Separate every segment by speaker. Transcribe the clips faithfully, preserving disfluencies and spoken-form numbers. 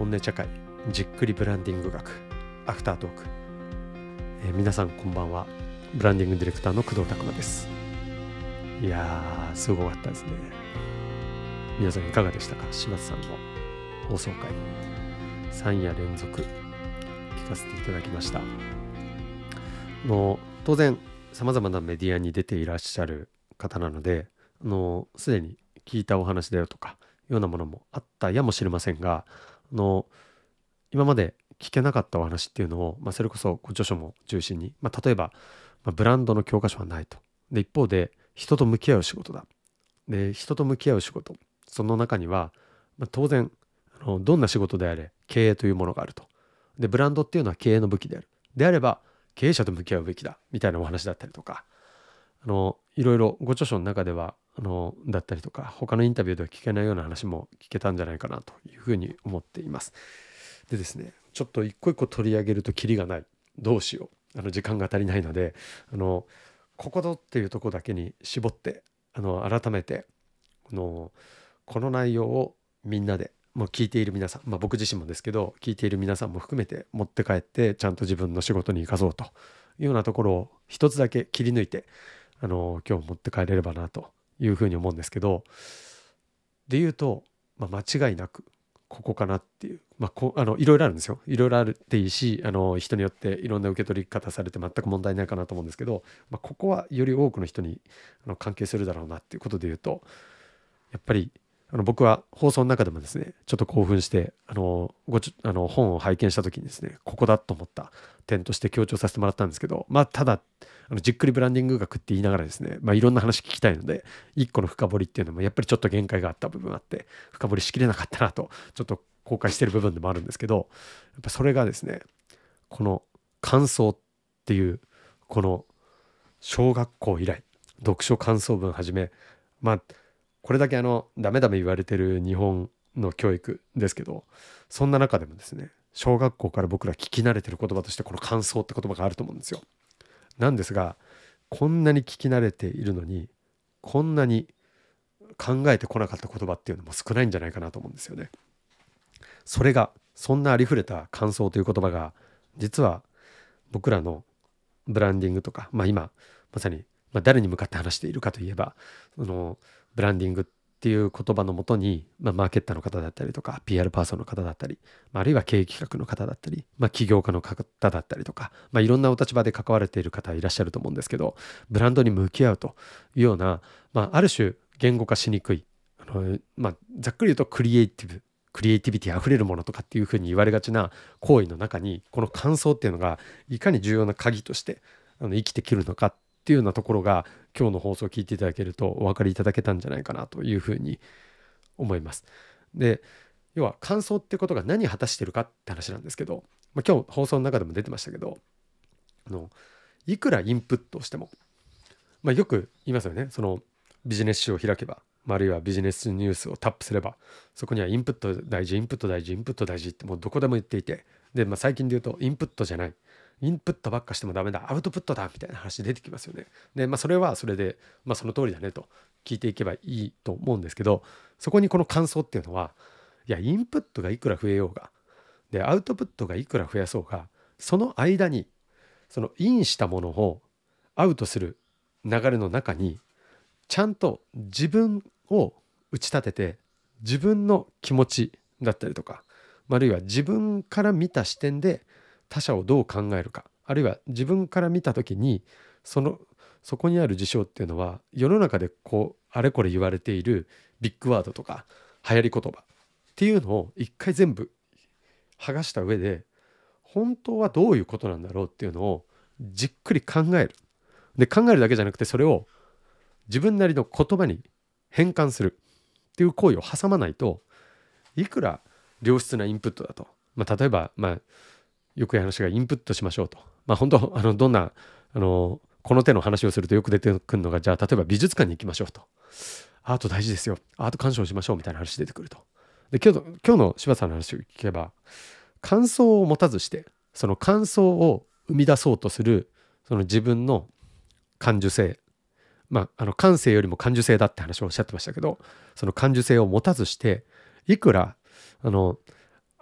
Speaker 1: 本音茶会じっくりブランディング学アフタートーク、えー、皆さんこんばんは。ブランディングディレクターの工藤拓馬です。いやーすごかったですね。皆さんいかがでしたか？島津さんの放送回さん夜連続聞かせていただきました。の当然さまざまなメディアに出ていらっしゃる方なので、あのすでに聞いたお話だよとかようなものもあったやもしれませんが、あの今まで聞けなかったお話っていうのを、まあ、それこそご著書も中心に、まあ、例えば、まあ、ブランドの教科書はないと。で一方で人と向き合う仕事だ。で人と向き合う仕事、その中には、まあ、当然あのどんな仕事であれ経営というものがあると。でブランドっていうのは経営の武器である。であれば経営者と向き合うべきだみたいなお話だったりとか、あのいろいろご著書の中ではあのだったりとか他のインタビューでは聞けないような話も聞けたんじゃないかなというふうに思っています。でですね、ちょっと一個一個取り上げるとキリがない。どうしよう。あの時間が足りないので、あのここぞっていうところだけに絞ってあの改めてこのこの内容をみんなでもう聞いている皆さん、まあ、僕自身もですけど聞いている皆さんも含めて持って帰ってちゃんと自分の仕事に生かそうというようなところを一つだけ切り抜いてあの今日持って帰れればなというふうに思うんですけど、で言うと、まあ、間違いなくここかなっていう、まあ、こあのいろいろあるんですよ。いろいろあるっていいし、あの人によっていろんな受け取り方されて全く問題ないかなと思うんですけど、まあ、ここはより多くの人にあの関係するだろうなっていうことで言うと、やっぱりあの僕は放送の中でもですねちょっと興奮してあのごちあの本を拝見した時にですねここだと思った点として強調させてもらったんですけど、まあただあのじっくりブランディング学って言いながらですね、まあ、いろんな話聞きたいので一個の深掘りっていうのもやっぱりちょっと限界があった部分あって深掘りしきれなかったなとちょっと後悔してる部分でもあるんですけど、やっぱそれがですねこの感想っていうこの小学校以来読書感想文はじめ、まあこれだけあのダメダメ言われてる日本の教育ですけど、そんな中でもですね小学校から僕ら聞き慣れてる言葉としてこの感想って言葉があると思うんですよ。なんですがこんなに聞き慣れているのにこんなに考えてこなかった言葉っていうのも少ないんじゃないかなと思うんですよね。それがそんなありふれた感想という言葉が実は僕らのブランディングとか、まあ今まさにまあ誰に向かって話しているかといえばそのブランディングっていう言葉のもとに、まあ、マーケッターの方だったりとか ピーアール パーソンの方だったり、まあ、あるいは経営企画の方だったり、まあ、起業家の方だったりとか、まあ、いろんなお立場で関われている方いらっしゃると思うんですけど、ブランドに向き合うというような、まあ、ある種言語化しにくいあの、まあ、ざっくり言うとクリエイティブクリエイティビティあふれるものとかっていうふうに言われがちな行為の中にこの感想っていうのがいかに重要な鍵としてあの生きてくるのかっていうようなところが今日の放送を聞いていただけるとお分かりいただけたんじゃないかなというふうに思います。で要は感想ってことが何を果たしてるかって話なんですけど、まあ、今日放送の中でも出てましたけどあのいくらインプットをしても、まあ、よく言いますよね。そのビジネス誌を開けば、まあ、あるいはビジネスニュースをタップすればそこにはインプット大事インプット大事インプット大事ってもうどこでも言っていて、で、まあ、最近で言うとインプットじゃないインプットばっかしてもダメだアウトプットだみたいな話出てきますよね。で、まあ、それはそれで、まあ、その通りだねと聞いていけばいいと思うんですけど、そこにこの感想っていうのはいやインプットがいくら増えようがでアウトプットがいくら増やそうがその間にそのインしたものをアウトする流れの中にちゃんと自分を打ち立てて自分の気持ちだったりとか、あるいは自分から見た視点で他者をどう考えるか、あるいは自分から見た時にそのそこにある事象っていうのは世の中でこうあれこれ言われているビッグワードとか流行り言葉っていうのを一回全部剥がした上で本当はどういうことなんだろうっていうのをじっくり考える。で考えるだけじゃなくてそれを自分なりの言葉に変換するっていう行為を挟まないといくら良質なインプットだと、まあ、例えば、まあ、よく言う話がインプットしましょうと、まあ、本当あのどんなあのこの手の話をするとよく出てくるのがじゃあ例えば美術館に行きましょうと、アート大事ですよアート鑑賞しましょうみたいな話出てくると。で今日の今日の柴さんの話を聞けば感想を持たずしてその感想を生み出そうとするその自分の感受性、まあ、あの感性よりも感受性だって話をおっしゃってましたけど、その感受性を持たずしていくらあの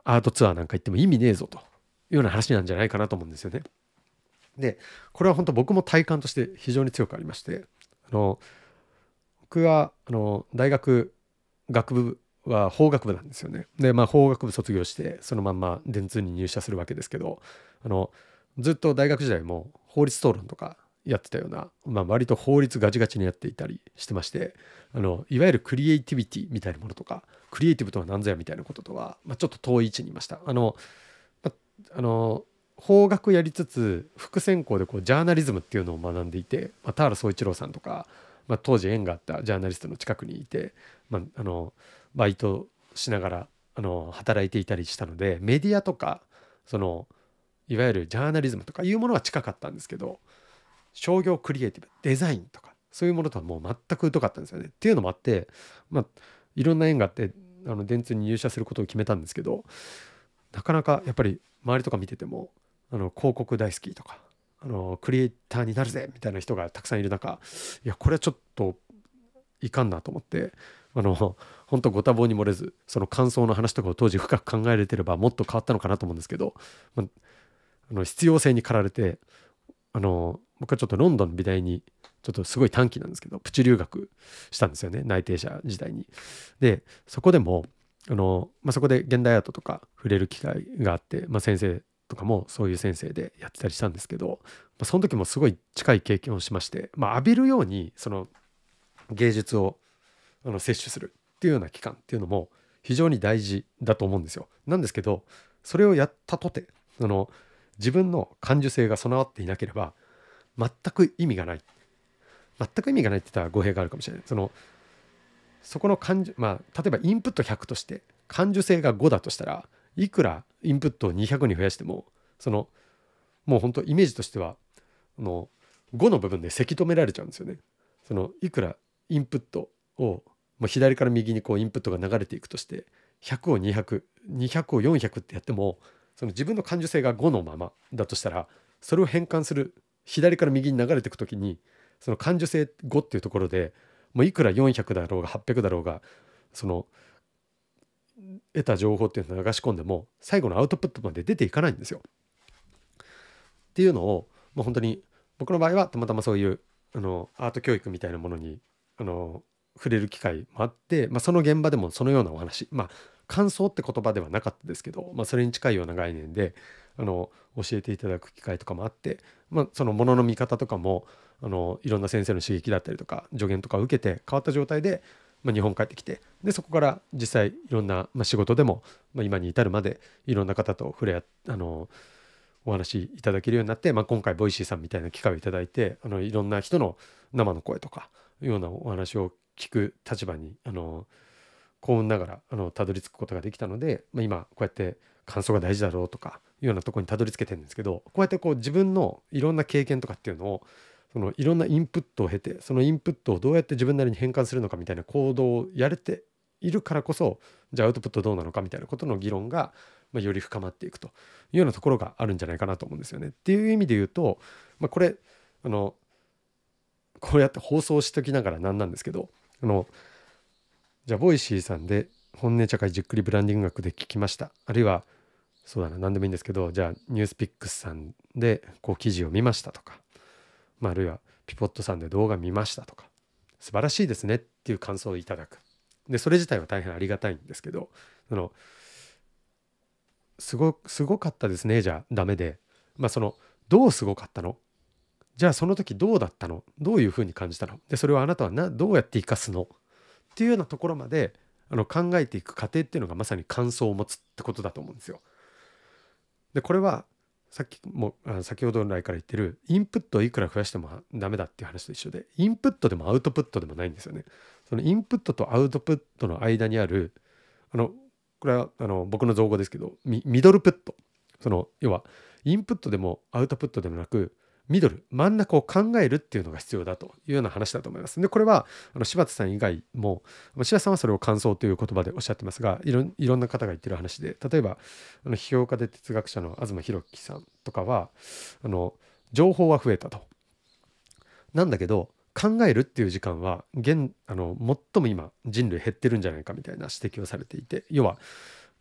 Speaker 1: アートツアーなんか行っても意味ねえぞというような話なんじゃないかなと思うんですよね。でこれは本当僕も体感として非常に強くありまして、あの僕はあの大学学部は法学部なんですよね。でまあ法学部卒業してそのまんま電通に入社するわけですけど、あのずっと大学時代も法律討論とかやってたような、まあ、割と法律ガチガチにやっていたりしてまして、あのいわゆるクリエイティビティみたいなものとか、クリエイティブとは何ぞやみたいなこととは、まあ、ちょっと遠い位置にいました。あの、まあの法学やりつつ副専攻でこうジャーナリズムっていうのを学んでいて、まあ、田原総一郎さんとか、まあ、当時縁があったジャーナリストの近くにいて、まあ、あのバイトしながらあの働いていたりしたので、メディアとかそのいわゆるジャーナリズムとかいうものは近かったんですけど、商業クリエイティブデザインとかそういうものとはもう全く疎かったんですよね。っていうのもあって、まあ、いろんな縁があってあの電通に入社することを決めたんですけど、なかなかやっぱり周りとか見ててもあの広告大好きとかあのクリエイターになるぜみたいな人がたくさんいる中、いやこれはちょっといかんなと思って、あの本当ご多忙に漏れずその感想の話とかを当時深く考えれてればもっと変わったのかなと思うんですけど、まあ、あの必要性に駆られて、あの僕はちょっとロンドンの美大にちょっとすごい短期なんですけどプチ留学したんですよね、内定者時代に。でそこでもあの、まあ、そこで現代アートとか触れる機会があって、まあ、先生とかもそういう先生でやってたりしたんですけど、まあ、その時もすごい近い経験をしまして、まあ、浴びるようにその芸術をあの摂取するっていうような期間っていうのも非常に大事だと思うんですよ。なんですけどそれをやったとてその自分の感受性が備わっていなければ全く意味がない、全く意味がないって言ったら語弊があるかもしれない。そのそこの感受、まあ例えばインプットひゃくとして感受性がごだとしたら、いくらインプットをにひゃくに増やしてもそのもう本当イメージとしてはあのごの部分でせき止められちゃうんですよね。そのいくらインプットをもう左から右にこうインプットが流れていくとしてひゃくをにひゃく、にひゃくをよんひゃくってやってもその自分の感受性がごのままだとしたら、それを変換する左から右に流れていくときにその感受性ごっていうところでもういくらよんひゃくだろうがはっぴゃくだろうがその得た情報っていうのを流し込んでも最後のアウトプットまで出ていかないんですよ。っていうのをもう本当に僕の場合はたまたまそういうあのアート教育みたいなものにあの触れる機会もあって、まあ、その現場でもそのようなお話、まあ感想って言葉ではなかったですけど、まあ、それに近いような概念であの教えていただく機会とかもあって、まあ、そのものの見方とかもあのいろんな先生の刺激だったりとか助言とかを受けて変わった状態で、まあ、日本帰ってきて、でそこから実際いろんな、まあ、仕事でも、まあ、今に至るまでいろんな方と触れ合あのお話いただけるようになって、まあ、今回ボイシーさんみたいな機会をいただいてあのいろんな人の生の声とかいうようなお話を聞く立場にあの幸運ながらあのたどり着くことができたので、まあ、今こうやって感想が大事だろうとかいうようなところにたどり着けてるんですけど、こうやってこう自分のいろんな経験とかっていうのをそのいろんなインプットを経てそのインプットをどうやって自分なりに変換するのかみたいな行動をやれているからこそ、じゃあアウトプットどうなのかみたいなことの議論がまあより深まっていくというようなところがあるんじゃないかなと思うんですよね。っていう意味で言うと、まあ、これあのこうやって放送しときながらなんなんですけど、あのじゃあボイシーさんで本音茶会じっくりブランディング学で聞きました、あるいはそうだな何でもいいんですけど、じゃあニュースピックスさんでこう記事を見ましたとか、まあ、あるいはピポットさんで動画見ましたとか、素晴らしいですねっていう感想をいただく。でそれ自体は大変ありがたいんですけど、そのすごすごかったですねじゃダメで、まあそのどうすごかったの、じゃあその時どうだったの、どういうふうに感じたの、でそれをあなたはなどうやって生かすのっていうようなところまであの考えていく過程っていうのがまさに感想を持つってことだと思うんですよ。でこれはさっきもあ先ほど来から言ってるインプットをいくら増やしてもダメだっていう話と一緒で、インプットでもアウトプットでもないんですよね。そのインプットとアウトプットの間にあるあのこれはあの僕の造語ですけど ミ, ミドルプット、その要はインプットでもアウトプットでもなくミドル真ん中を考えるっていうのが必要だというような話だと思います。でこれはあの柴田さん以外も柴田さんはそれを感想という言葉でおっしゃってますが、いろいろんな方が言ってる話で、例えばあの批評家で哲学者の東博樹さんとかはあの情報は増えたと、なんだけど考えるっていう時間は現あの最も今人類減ってるんじゃないかみたいな指摘をされていて、要は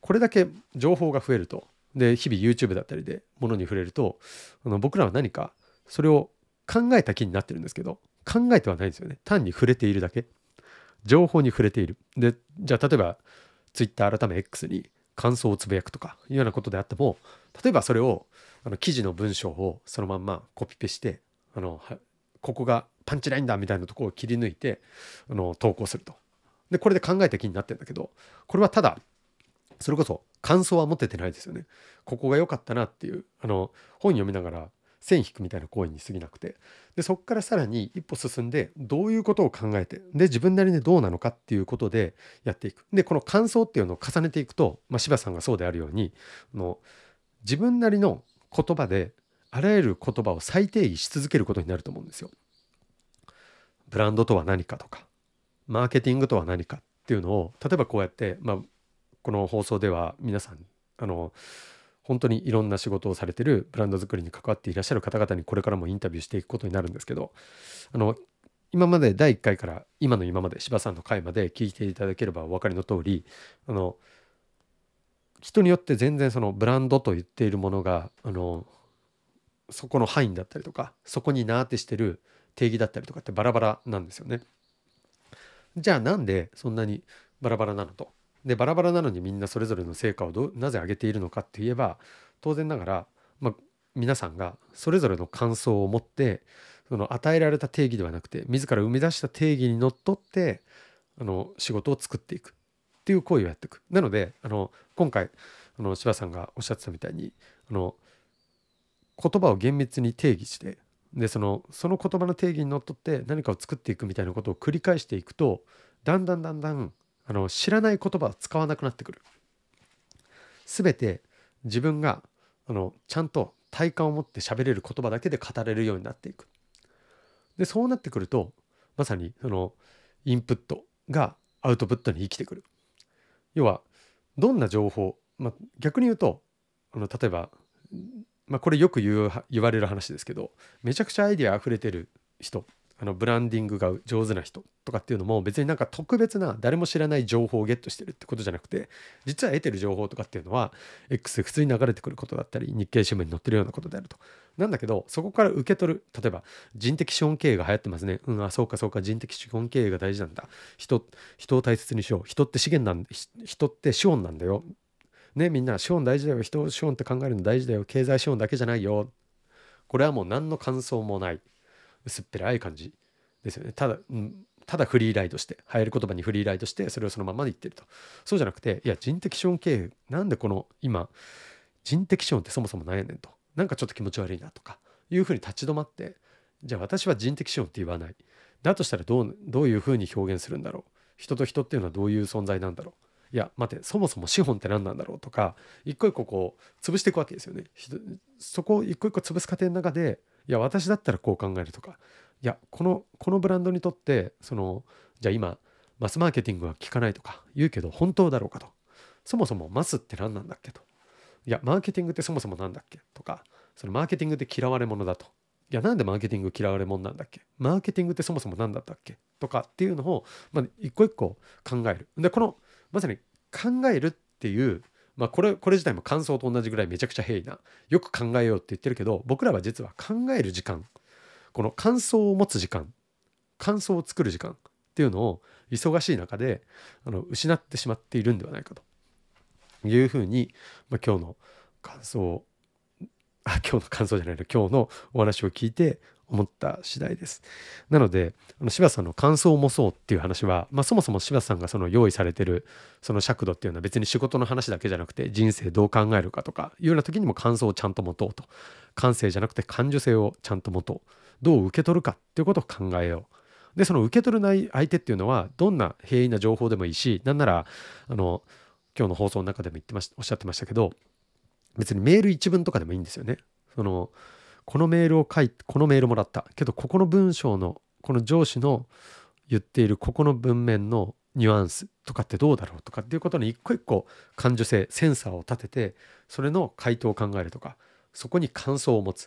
Speaker 1: これだけ情報が増えると、で日々 YouTube だったりでものに触れると、あの僕らは何かそれを考えた気になってるんですけど、考えてはないんですよね。単に触れているだけ、情報に触れている。でじゃあ例えば Twitter 改め X に感想をつぶやくとかいうようなことであっても、例えばそれをあの記事の文章をそのまんまコピペして、あのここがパンチラインだみたいなところを切り抜いてあの投稿すると。でこれで考えた気になってるんだけど、これはただそれこそ感想は持ててないですよね。ここが良かったなっていう、あの本読みながら線引くみたいな行為に過ぎなくて、でそこからさらに一歩進んでどういうことを考えて、で自分なりにどうなのかっていうことでやっていく。でこの感想っていうのを重ねていくと、まあ、柴さんがそうであるように、あの自分なりの言葉であらゆる言葉を再定義し続けることになると思うんですよ。ブランドとは何かとか、マーケティングとは何かっていうのを、例えばこうやって、まあ、この放送では皆さんあの本当にいろんな仕事をされてるブランド作りに関わっていらっしゃる方々にこれからもインタビューしていくことになるんですけど、あの今までだいいっかいから今の今まで柴さんの回まで聞いていただければお分かりの通り、あの人によって全然そのブランドと言っているものがあのそこの範囲だったりとか、そこになーってしてる定義だったりとかってバラバラなんですよね。じゃあなんでそんなにバラバラなのと。でバラバラなのにみんなそれぞれの成果をどなぜ上げているのかって言えば、当然ながら、まあ、皆さんがそれぞれの感想を持って、その与えられた定義ではなくて自ら生み出した定義にのっとってあの仕事を作っていくっていう行為をやっていく。なのであの今回あの柴さんがおっしゃってたみたいに、あの言葉を厳密に定義して、でそのその言葉の定義にのっとって何かを作っていくみたいなことを繰り返していくと、だんだんだんだんあの知らない言葉を使わなくなってくる。すべて自分があのちゃんと体感を持って喋れる言葉だけで語れるようになっていく。でそうなってくると、まさにそのインプットがアウトプットに生きてくる。要はどんな情報、まあ、逆に言うとあの例えば、まあ、これよく言う言われる話ですけど、めちゃくちゃアイデア溢れてる人、あのブランディングが上手な人とかっていうのも別になんか特別な誰も知らない情報をゲットしてるってことじゃなくて、実は得てる情報とかっていうのは X で普通に流れてくることだったり日経新聞に載ってるようなことであると。なんだけどそこから受け取る、例えば人的資本経営が流行ってますね。うん、あそうかそうか、人的資本経営が大事なんだ。人人を大切にしよう。人って資源なん人って資本なんだよ。ね、みんな資本大事だよ。人を資本って考えるの大事だよ。経済資本だけじゃないよ。これはもう何の感想もない薄っぺらい感じですよね。ただ、うん、ただフリーライドして、流行る言葉にフリーライドしてそれをそのままで言ってると。そうじゃなくて、いや人的資本経営、なんでこの今人的資本ってそもそも何やねんと、なんかちょっと気持ち悪いなとかいうふうに立ち止まって、じゃあ私は人的資本って言わない。だとしたらどうどういうふうに表現するんだろう。人と人っていうのはどういう存在なんだろう。いや待て、そもそも資本って何なんだろうとか、一個一個こう潰していくわけですよね。そこを一個一個潰す過程の中で、いや私だったらこう考えるとか、いやこのこのブランドにとってそのじゃあ今マスマーケティングは効かないとか言うけど本当だろうかと。そもそもマスって何なんだっけと。いやマーケティングってそもそも何だっけとか、そのマーケティングって嫌われ者だと。いやなんでマーケティング嫌われ者なんだっけ、マーケティングってそもそも何だったっけとかっていうのを、まあ、一個一個考える。でこのまさに考えるっていう、まあ、これこれ自体も感想と同じぐらいめちゃくちゃ平易な、よく考えようって言ってるけど、僕らは実は考える時間、この感想を持つ時間、感想を作る時間っていうのを忙しい中であの失ってしまっているんではないかというふうに、まあ、今日の感想あ今日の感想じゃないの今日のお話を聞いて思った次第です。なのであの柴田さんの感想を持そうっていう話は、まあ、そもそも柴田さんがその用意されてるその尺度っていうのは別に仕事の話だけじゃなくて、人生どう考えるかとかいうような時にも感想をちゃんと持とうと、感性じゃなくて感受性をちゃんと持とう、どう受け取るかっていうことを考えよう。でその受け取るない相手っていうのはどんな平易な情報でもいいし、なんならあの今日の放送の中でも言ってましおっしゃってましたけど、別にメール一文とかでもいいんですよね。そのこのメールを書いて、このメールもらったけど、ここの文章のこの上司の言っているここの文面のニュアンスとかってどうだろうとかっていうことに一個一個感受性センサーを立てて、それの回答を考えるとか、そこに感想を持つ。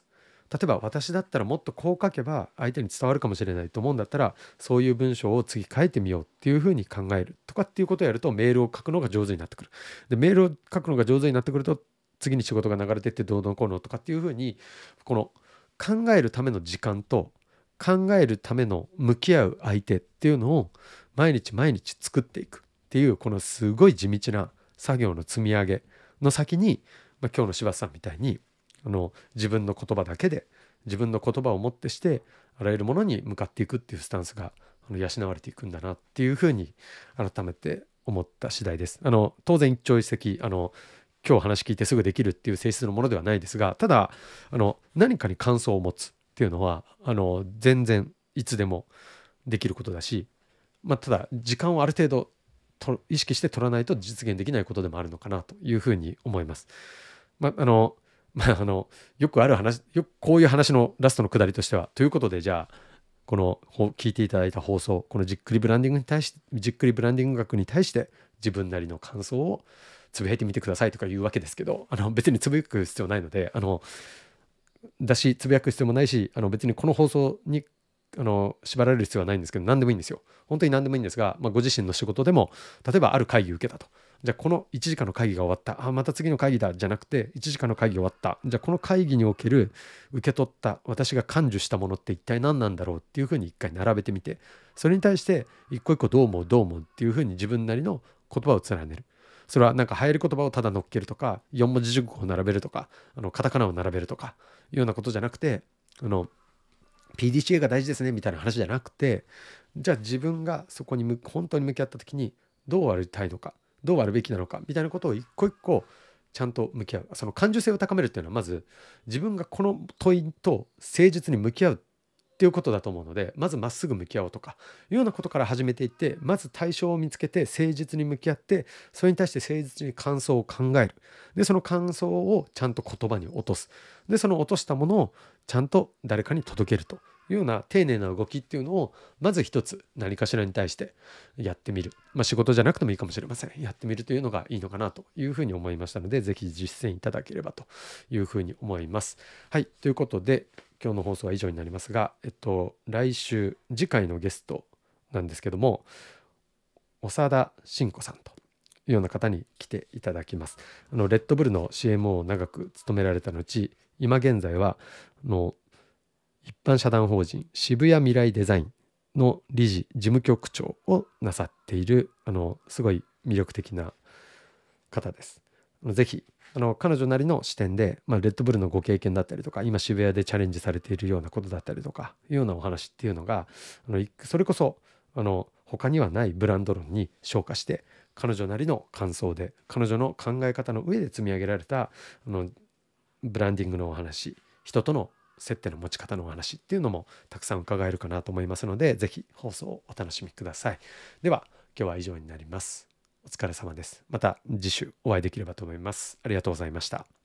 Speaker 1: 例えば私だったらもっとこう書けば相手に伝わるかもしれないと思うんだったら、そういう文章を次書いてみようっていうふうに考えるとかっていうことをやると、メールを書くのが上手になってくる。でメールを書くのが上手になってくると、次に仕事が流れてってどうのこうのとかっていうふうに、この考えるための時間と考えるための向き合う相手っていうのを毎日毎日作っていくっていう、このすごい地道な作業の積み上げの先に、まあ、今日の柴田さんみたいにあの自分の言葉だけで、自分の言葉をもってしてあらゆるものに向かっていくっていうスタンスがあの養われていくんだなっていうふうに改めて思った次第です。あの当然一朝一夕あの今日話聞いてすぐできるっていう性質のものではないですが、ただあの何かに感想を持つっていうのはあの全然いつでもできることだし、まあ、ただ時間をある程度と意識して取らないと実現できないことでもあるのかなというふうに思います。まあ、あのまあ、あのよくある話、よくこういう話のラストのくだりとしては、ということでじゃあこの聞いていただいた放送、このじっくりブランディングに対してじっくりブランディング学に対して自分なりの感想をつぶやいてみてくださいとか言うわけですけど、あの別につぶやく必要ないので、あのだしつぶやく必要もないし、あの別にこの放送にあの縛られる必要はないんですけど、何でもいいんですよ。本当に何でもいいんですが、まあ、ご自身の仕事でも例えばある会議受けたと。じゃあこのいちじかんの会議が終わった。あ、また次の会議だじゃなくて、いちじかんの会議終わった。じゃあこの会議における受け取った私が感受したものって一体何なんだろうっていうふうに一回並べてみて、それに対して一個一個どう思うどう思うっていうふうに自分なりの言葉を連ねる。それはなんか流行り言葉をただ乗っけるとか、よん文字熟語を並べるとか、あのカタカナを並べるとかいうようなことじゃなくて、あの ピーディーシーエー が大事ですねみたいな話じゃなくて、じゃあ自分がそこにむ本当に向き合った時にどうありたいのか、どうあるべきなのかみたいなことを一個一個ちゃんと向き合う。その感受性を高めるっていうのは、まず自分がこの問いと誠実に向き合うっていうことだと思うので、まずまっすぐ向き合おうとかいうようなことから始めていって、まず対象を見つけて誠実に向き合って、それに対して誠実に感想を考える。でその感想をちゃんと言葉に落とす。でその落としたものをちゃんと誰かに届けるというような丁寧な動きっていうのを、まず一つ何かしらに対してやってみる。まあ仕事じゃなくてもいいかもしれません。やってみるというのがいいのかなというふうに思いましたので、ぜひ実践いただければというふうに思います。はい、ということで今日の放送は以上になりますが、えっと来週次回のゲストなんですけども、長田真子さんというような方に来ていただきます。あのレッドブルの シーエムオー を長く務められた後、今現在はあの一般社団法人渋谷未来デザインの理事事務局長をなさっている、あのすごい魅力的な方です。ぜひあの彼女なりの視点で、まあ、レッドブルのご経験だったりとか、今渋谷でチャレンジされているようなことだったりとかいうようなお話っていうのが、あのそれこそあの他にはないブランド論に昇華して、彼女なりの感想で彼女の考え方の上で積み上げられたあのブランディングのお話、人との接点の持ち方のお話っていうのもたくさん伺えるかなと思いますので、ぜひ放送をお楽しみください。では今日は以上になります。お疲れ様です。また次週お会いできればと思います。ありがとうございました。